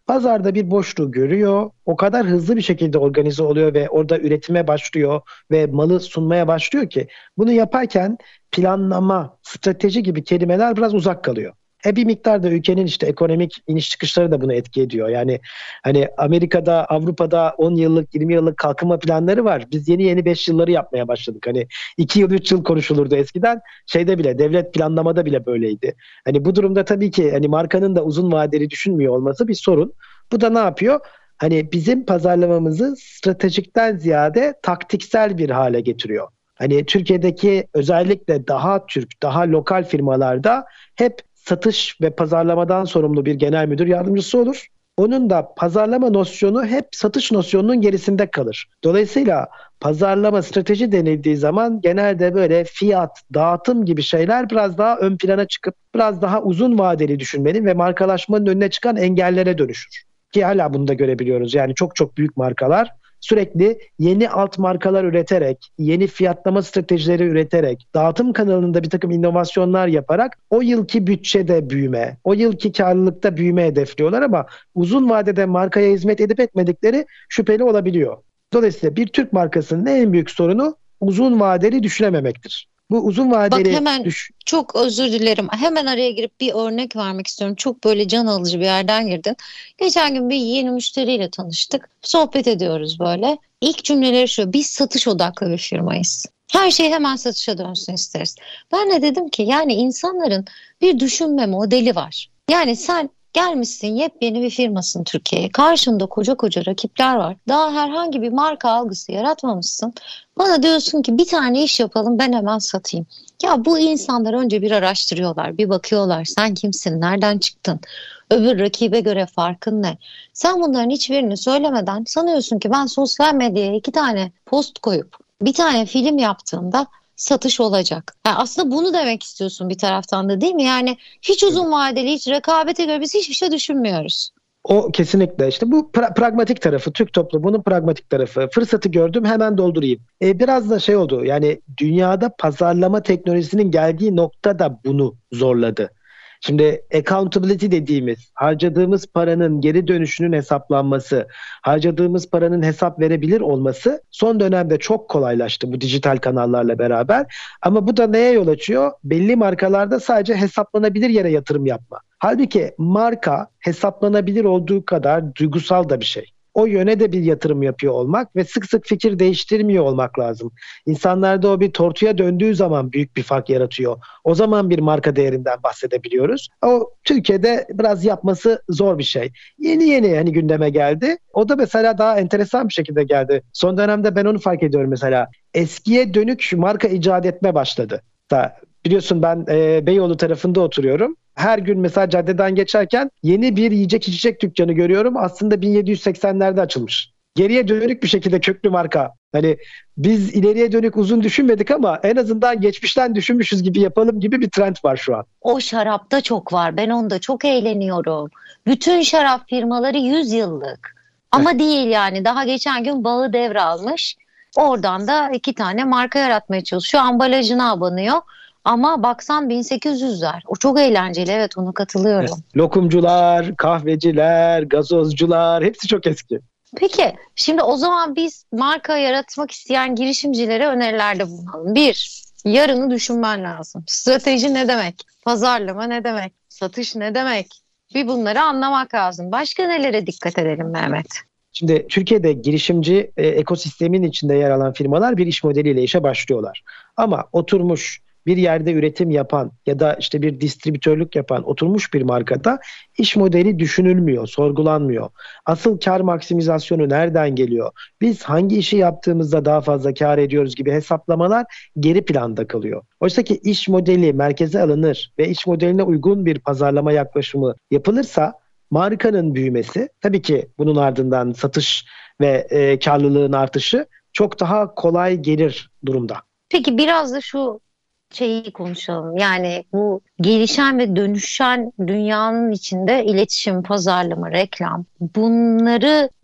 Pazarda bir boşluğu görüyor. O kadar hızlı bir şekilde organize oluyor ve orada üretime başlıyor ve malı sunmaya başlıyor ki bunu yaparken planlama, strateji gibi kelimeler biraz uzak kalıyor. Bir miktar da ülkenin işte ekonomik iniş çıkışları da bunu etki ediyor. Yani hani Amerika'da, Avrupa'da 10 yıllık, 20 yıllık kalkınma planları var. Biz yeni yeni 5 yılları yapmaya başladık. Hani 2 yıl, 3 yıl konuşulurdu eskiden. Şeyde bile, devlet planlamada bile böyleydi. Hani bu durumda tabii ki hani markanın da uzun vadeli düşünmüyor olması bir sorun. Bu da ne yapıyor? Hani bizim pazarlamamızı stratejikten ziyade taktiksel bir hale getiriyor. Hani Türkiye'deki özellikle daha Türk, daha lokal firmalarda hep satış ve pazarlamadan sorumlu bir genel müdür yardımcısı olur. Onun da pazarlama nosyonu hep satış nosyonunun gerisinde kalır. Dolayısıyla pazarlama strateji denildiği zaman genelde böyle fiyat, dağıtım gibi şeyler biraz daha ön plana çıkıp biraz daha uzun vadeli düşünmenin ve markalaşmanın önüne çıkan engellere dönüşür. Ki hala bunu da görebiliyoruz. Yani çok çok büyük markalar sürekli yeni alt markalar üreterek, yeni fiyatlama stratejileri üreterek, dağıtım kanalında bir takım inovasyonlar yaparak o yılki bütçede büyüme, o yılki karlılıkta büyüme hedefliyorlar ama uzun vadede markaya hizmet edip etmedikleri şüpheli olabiliyor. Dolayısıyla bir Türk markasının en büyük sorunu uzun vadeli düşünememektir. Bu uzun vadeli... Bak hemen çok özür dilerim. Hemen araya girip bir örnek vermek istiyorum. Çok böyle can alıcı bir yerden girdin. Geçen gün bir yeni müşteriyle tanıştık. Sohbet ediyoruz böyle. İlk cümleleri şu: biz satış odaklı bir firmayız. Her şey hemen satışa dönsün isteriz. Ben de dedim ki yani insanların bir düşünme modeli var. Yani sen gelmişsin, yepyeni bir firmasın Türkiye'ye. Karşında koca koca rakipler var. Daha herhangi bir marka algısı yaratmamışsın. Bana diyorsun ki bir tane iş yapalım, ben hemen satayım. Ya bu insanlar önce bir araştırıyorlar, bir bakıyorlar. Sen kimsin, nereden çıktın, öbür rakibe göre farkın ne? Sen bunların hiçbirini söylemeden sanıyorsun ki ben sosyal medyaya 2 tane post koyup bir tane film yaptığımda satış olacak. Yani aslında bunu demek istiyorsun bir taraftan da, değil mi? Yani hiç uzun vadeli, hiç rekabete göre biz hiçbir şey düşünmüyoruz. O kesinlikle işte bu pragmatik tarafı, Türk toplumunun pragmatik tarafı. Fırsatı gördüm, hemen doldurayım. Biraz da şey oldu, yani dünyada pazarlama teknolojisinin geldiği nokta da bunu zorladı. Şimdi accountability dediğimiz, harcadığımız paranın geri dönüşünün hesaplanması, harcadığımız paranın hesap verebilir olması son dönemde çok kolaylaştı bu dijital kanallarla beraber. Ama bu da neye yol açıyor? Belli markalarda sadece hesaplanabilir yere yatırım yapma. Halbuki marka hesaplanabilir olduğu kadar duygusal da bir şey. O yöne de bir yatırım yapıyor olmak ve sık sık fikir değiştirmiyor olmak lazım. İnsanlarda o bir tortuya döndüğü zaman büyük bir fark yaratıyor. O zaman bir marka değerinden bahsedebiliyoruz. O Türkiye'de biraz yapması zor bir şey. Yeni yeni hani gündeme geldi. O da mesela daha enteresan bir şekilde geldi. Son dönemde ben onu fark ediyorum mesela. Eskiye dönük marka icat etme başladı. Biliyorsun ben Beyoğlu tarafında oturuyorum. Her gün mesela caddeden geçerken yeni bir yiyecek içecek dükkanı görüyorum. Aslında 1780'lerde açılmış. Geriye dönük bir şekilde köklü marka. Hani biz ileriye dönük uzun düşünmedik ama en azından geçmişten düşünmüşüz gibi yapalım gibi bir trend var şu an. O şarapta çok var. Ben onda çok eğleniyorum. Bütün şarap firmaları 100 yıllık. Ama değil yani. Daha geçen gün bağı devralmış. Oradan da 2 tane marka yaratmaya çalışıyor. Ambalajına abanıyor. Ama baksan 1800'ler. O çok eğlenceli. Evet, ona katılıyorum. Lokumcular, kahveciler, gazozcular hepsi çok eski. Peki şimdi o zaman biz marka yaratmak isteyen girişimcilere önerilerde bulunalım. 1. Yarını düşünmen lazım. Strateji ne demek? Pazarlama ne demek? Satış ne demek? Bir bunları anlamak lazım. Başka nelere dikkat edelim Mehmet? Şimdi Türkiye'de girişimci ekosistemin içinde yer alan firmalar bir iş modeliyle işe başlıyorlar. Ama oturmuş bir yerde üretim yapan ya da işte bir distribütörlük yapan oturmuş bir markada iş modeli düşünülmüyor, sorgulanmıyor. Asıl kar maksimizasyonu nereden geliyor? Biz hangi işi yaptığımızda daha fazla kar ediyoruz gibi hesaplamalar geri planda kalıyor. Oysa ki iş modeli merkeze alınır ve iş modeline uygun bir pazarlama yaklaşımı yapılırsa markanın büyümesi, tabii ki bunun ardından satış ve karlılığın artışı çok daha kolay gelir durumda. Peki biraz da şu şeyi konuşalım. Yani bu gelişen ve dönüşen dünyanın içinde iletişim, pazarlama, reklam, bunları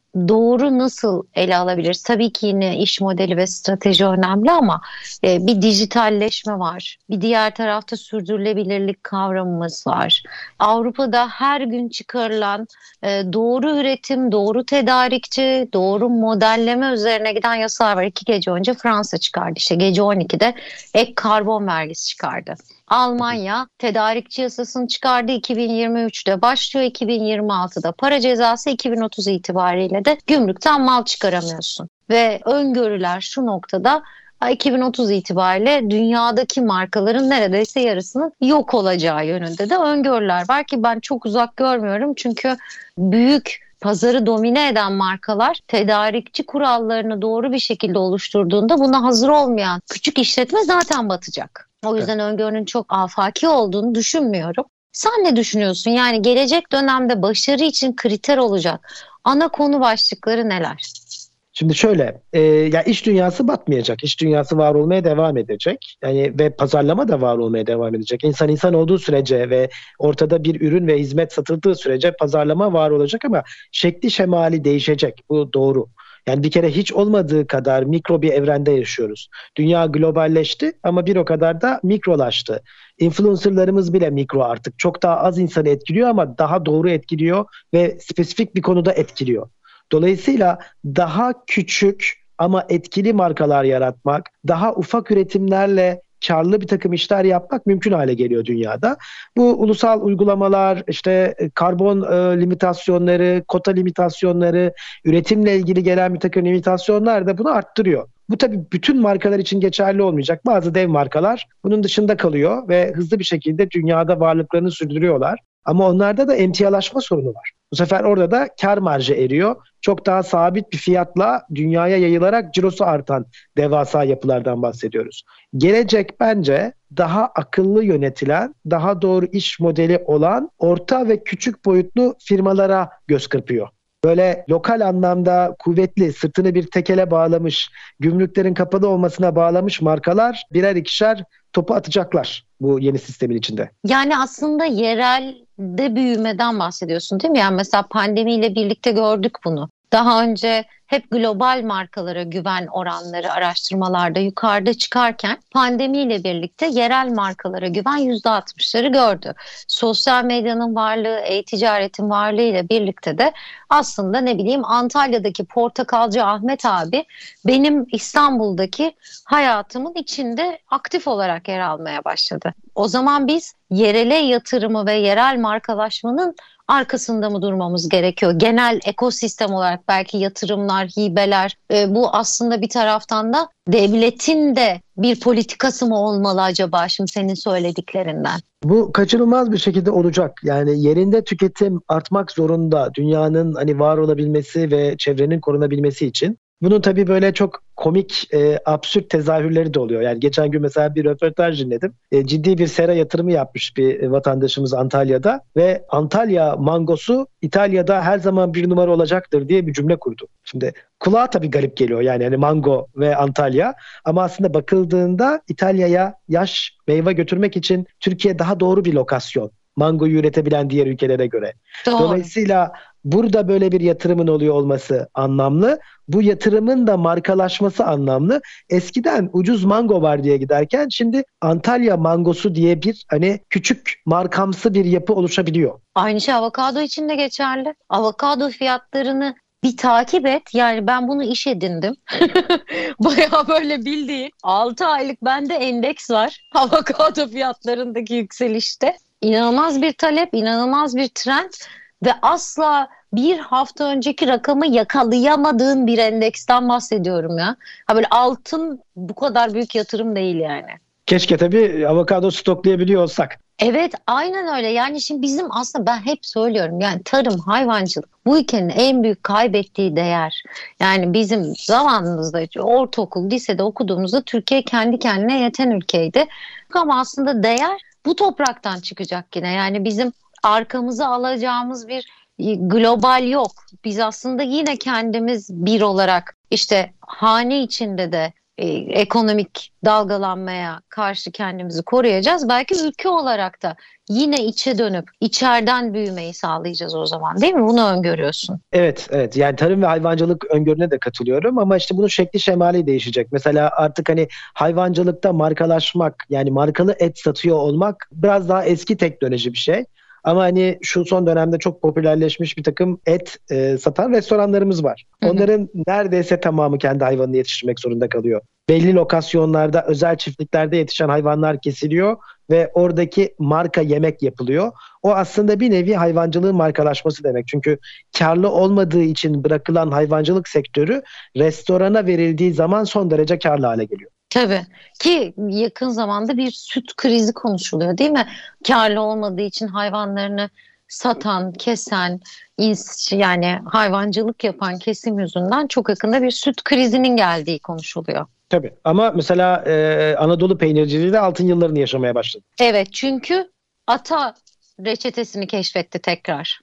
doğru nasıl ele alabiliriz? Tabii ki yine iş modeli ve strateji önemli ama bir dijitalleşme var. Bir diğer tarafta sürdürülebilirlik kavramımız var. Avrupa'da her gün çıkarılan doğru üretim, doğru tedarikçi, doğru modelleme üzerine giden yasalar var. 2 gece önce Fransa çıkardı. İşte gece 12'de ek karbon vergisi çıkardı. Almanya tedarikçi yasasını çıkardı, 2023'te başlıyor, 2026'da para cezası, 2030 itibariyle de gümrükten mal çıkaramıyorsun. Ve öngörüler şu noktada 2030 itibariyle dünyadaki markaların neredeyse yarısının yok olacağı yönünde de öngörüler var ki ben çok uzak görmüyorum. Çünkü büyük pazarı domine eden markalar tedarikçi kurallarını doğru bir şekilde oluşturduğunda buna hazır olmayan küçük işletme zaten batacak. O yüzden öngörünün çok afaki olduğunu düşünmüyorum. Sen ne düşünüyorsun? Yani gelecek dönemde başarı için kriter olacak ana konu başlıkları neler? Şimdi şöyle, ya iş dünyası batmayacak, iş dünyası var olmaya devam edecek. Yani ve pazarlama da var olmaya devam edecek. İnsan olduğu sürece ve ortada bir ürün ve hizmet satıldığı sürece pazarlama var olacak ama şekli şemali değişecek. Bu doğru. Yani bir kere hiç olmadığı kadar mikro bir evrende yaşıyoruz. Dünya globalleşti ama bir o kadar da mikrolaştı. Influencerlarımız bile mikro artık. Çok daha az insanı etkiliyor ama daha doğru etkiliyor ve spesifik bir konuda etkiliyor. Dolayısıyla daha küçük ama etkili markalar yaratmak, daha ufak üretimlerle karlı bir takım işler yapmak mümkün hale geliyor dünyada. Bu ulusal uygulamalar, işte karbon limitasyonları, kota limitasyonları, üretimle ilgili gelen bir takım limitasyonlar da bunu arttırıyor. Bu tabii bütün markalar için geçerli olmayacak. Bazı dev markalar bunun dışında kalıyor ve hızlı bir şekilde dünyada varlıklarını sürdürüyorlar. Ama onlarda da emtialaşma sorunu var. Bu sefer orada da kar marjı eriyor. Çok daha sabit bir fiyatla dünyaya yayılarak cirosu artan devasa yapılardan bahsediyoruz. Gelecek bence daha akıllı yönetilen, daha doğru iş modeli olan orta ve küçük boyutlu firmalara göz kırpıyor. Böyle lokal anlamda kuvvetli, sırtını bir tekele bağlamış, gümrüklerin kapalı olmasına bağlamış markalar birer ikişer topu atacaklar bu yeni sistemin içinde. Yani aslında yerelde büyümeden bahsediyorsun değil mi? Yani mesela pandemiyle birlikte gördük bunu. Daha önce hep global markalara güven oranları araştırmalarda yukarıda çıkarken pandemiyle birlikte yerel markalara güven %60'ları gördü. Sosyal medyanın varlığı, e-ticaretin varlığı ile birlikte de aslında Antalya'daki portakalcı Ahmet abi benim İstanbul'daki hayatımın içinde aktif olarak yer almaya başladı. O zaman biz yerele yatırımı ve yerel markalaşmanın arkasında mı durmamız gerekiyor? Genel ekosistem olarak belki yatırımlar, hibeler, bu aslında bir taraftan da devletin de bir politikası mı olmalı acaba şimdi senin söylediklerinden? Bu kaçınılmaz bir şekilde olacak. Yani yerinde tüketim artmak zorunda dünyanın var olabilmesi ve çevrenin korunabilmesi için. Bunun tabii böyle çok komik, absürt tezahürleri de oluyor. Yani geçen gün mesela bir röportaj dinledim. Ciddi bir sera yatırımı yapmış bir vatandaşımız Antalya'da ve Antalya mangosu İtalya'da her zaman bir numara olacaktır diye bir cümle kurdu. Şimdi kulağa tabii garip geliyor yani mango ve Antalya ama aslında bakıldığında İtalya'ya yaş meyve götürmek için Türkiye daha doğru bir lokasyon. Mangoyu üretebilen diğer ülkelere göre. Doğru. Dolayısıyla burada böyle bir yatırımın oluyor olması anlamlı. Bu yatırımın da markalaşması anlamlı. Eskiden ucuz mango var diye giderken şimdi Antalya mangosu diye bir küçük markamsı bir yapı oluşabiliyor. Aynı şey avokado için de geçerli. Avokado fiyatlarını bir takip et. Yani ben bunu iş edindim. Bayağı böyle bildiğin 6 aylık bende endeks var. Avokado fiyatlarındaki yükselişte. İnanılmaz bir talep, inanılmaz bir trend ve asla bir hafta önceki rakamı yakalayamadığın bir endeksten bahsediyorum ya. Böyle altın bu kadar büyük yatırım değil yani. Keşke tabii avokado stoklayabiliyor olsak. Evet, aynen öyle. Yani şimdi bizim aslında ben hep söylüyorum yani tarım, hayvancılık bu ülkenin en büyük kaybettiği değer. Yani bizim zamanımızda ortaokul, lisede okuduğumuzda Türkiye kendi kendine yeten ülkeydi. Ama aslında değer bu topraktan çıkacak yine. Yani bizim arkamıza alacağımız bir global yok. Biz aslında yine kendimiz bir olarak hane içinde de ekonomik dalgalanmaya karşı kendimizi koruyacağız. Belki ülke olarak da yine içe dönüp içeriden büyümeyi sağlayacağız o zaman, değil mi? Bunu öngörüyorsun. Evet, evet. Yani tarım ve hayvancılık öngörüne de katılıyorum ama işte bunun şekli şemali değişecek. Mesela artık hani hayvancılıkta markalaşmak, yani markalı et satıyor olmak biraz daha eski teknoloji bir şey. Ama hani şu son dönemde çok popülerleşmiş bir takım et satan restoranlarımız var. Hı hı. Onların neredeyse tamamı kendi hayvanını yetiştirmek zorunda kalıyor. Belli lokasyonlarda, özel çiftliklerde yetişen hayvanlar kesiliyor ve oradaki marka yemek yapılıyor. O aslında bir nevi hayvancılığın markalaşması demek. Çünkü karlı olmadığı için bırakılan hayvancılık sektörü restorana verildiği zaman son derece karlı hale geliyor. Tabii ki yakın zamanda bir süt krizi konuşuluyor, değil mi? Karlı olmadığı için hayvanlarını satan, kesen, yani hayvancılık yapan kesim yüzünden çok yakında bir süt krizinin geldiği konuşuluyor. Tabii ama mesela Anadolu peynirciliği de altın yıllarını yaşamaya başladı. Evet, çünkü ata reçetesini keşfetti tekrar.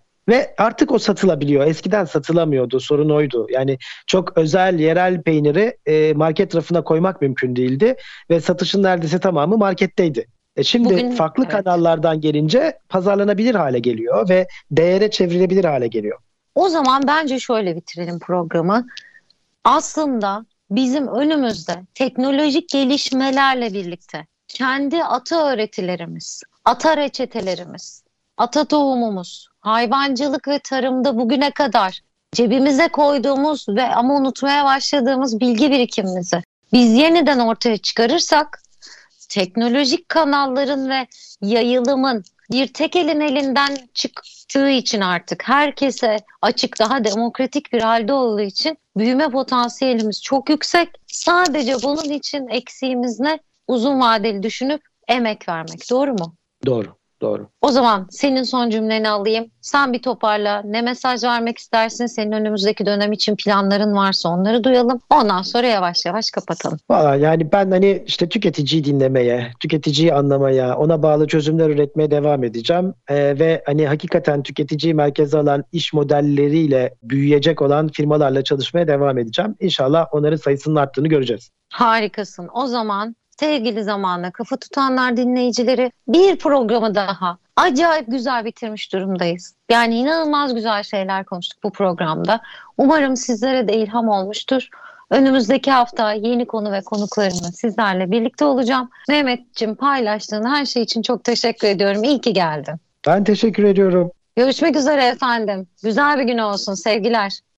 Ve artık o satılabiliyor. Eskiden satılamıyordu. Sorun oydu. Yani çok özel yerel peyniri market rafına koymak mümkün değildi. Ve satışın neredeyse tamamı marketteydi. Şimdi Bugün, farklı evet. kanallardan gelince pazarlanabilir hale geliyor ve değere çevrilebilir hale geliyor. O zaman bence şöyle bitirelim programı. Aslında bizim önümüzde teknolojik gelişmelerle birlikte kendi ata öğretilerimiz, ata reçetelerimiz, ata tohumumuz, hayvancılık ve tarımda bugüne kadar cebimize koyduğumuz ve ama unutmaya başladığımız bilgi birikimimizi biz yeniden ortaya çıkarırsak, teknolojik kanalların ve yayılımın bir tek elin elinden çıktığı için artık herkese açık, daha demokratik bir halde olduğu için büyüme potansiyelimiz çok yüksek. Sadece bunun için eksiğimiz ne? Uzun vadeli düşünüp emek vermek. Doğru mu? Doğru, doğru. O zaman senin son cümleni alayım. Sen bir toparla. Ne mesaj vermek istersin? Senin önümüzdeki dönem için planların varsa onları duyalım. Ondan sonra yavaş yavaş kapatalım. Vallahi yani ben hani işte tüketiciyi dinlemeye, tüketiciyi anlamaya, ona bağlı çözümler üretmeye devam edeceğim. Ve hani hakikaten tüketiciyi merkeze alan iş modelleriyle büyüyecek olan firmalarla çalışmaya devam edeceğim. İnşallah onların sayısının arttığını göreceğiz. Harikasın. O zaman sevgili Zamanla Kafa Tutanlar dinleyicileri, bir programı daha acayip güzel bitirmiş durumdayız. Yani inanılmaz güzel şeyler konuştuk bu programda. Umarım sizlere de ilham olmuştur. Önümüzdeki hafta yeni konu ve konuklarımla sizlerle birlikte olacağım. Mehmetciğim, paylaştığın her şey için çok teşekkür ediyorum. İyi ki geldin. Ben teşekkür ediyorum. Görüşmek üzere efendim. Güzel bir gün olsun. Sevgiler.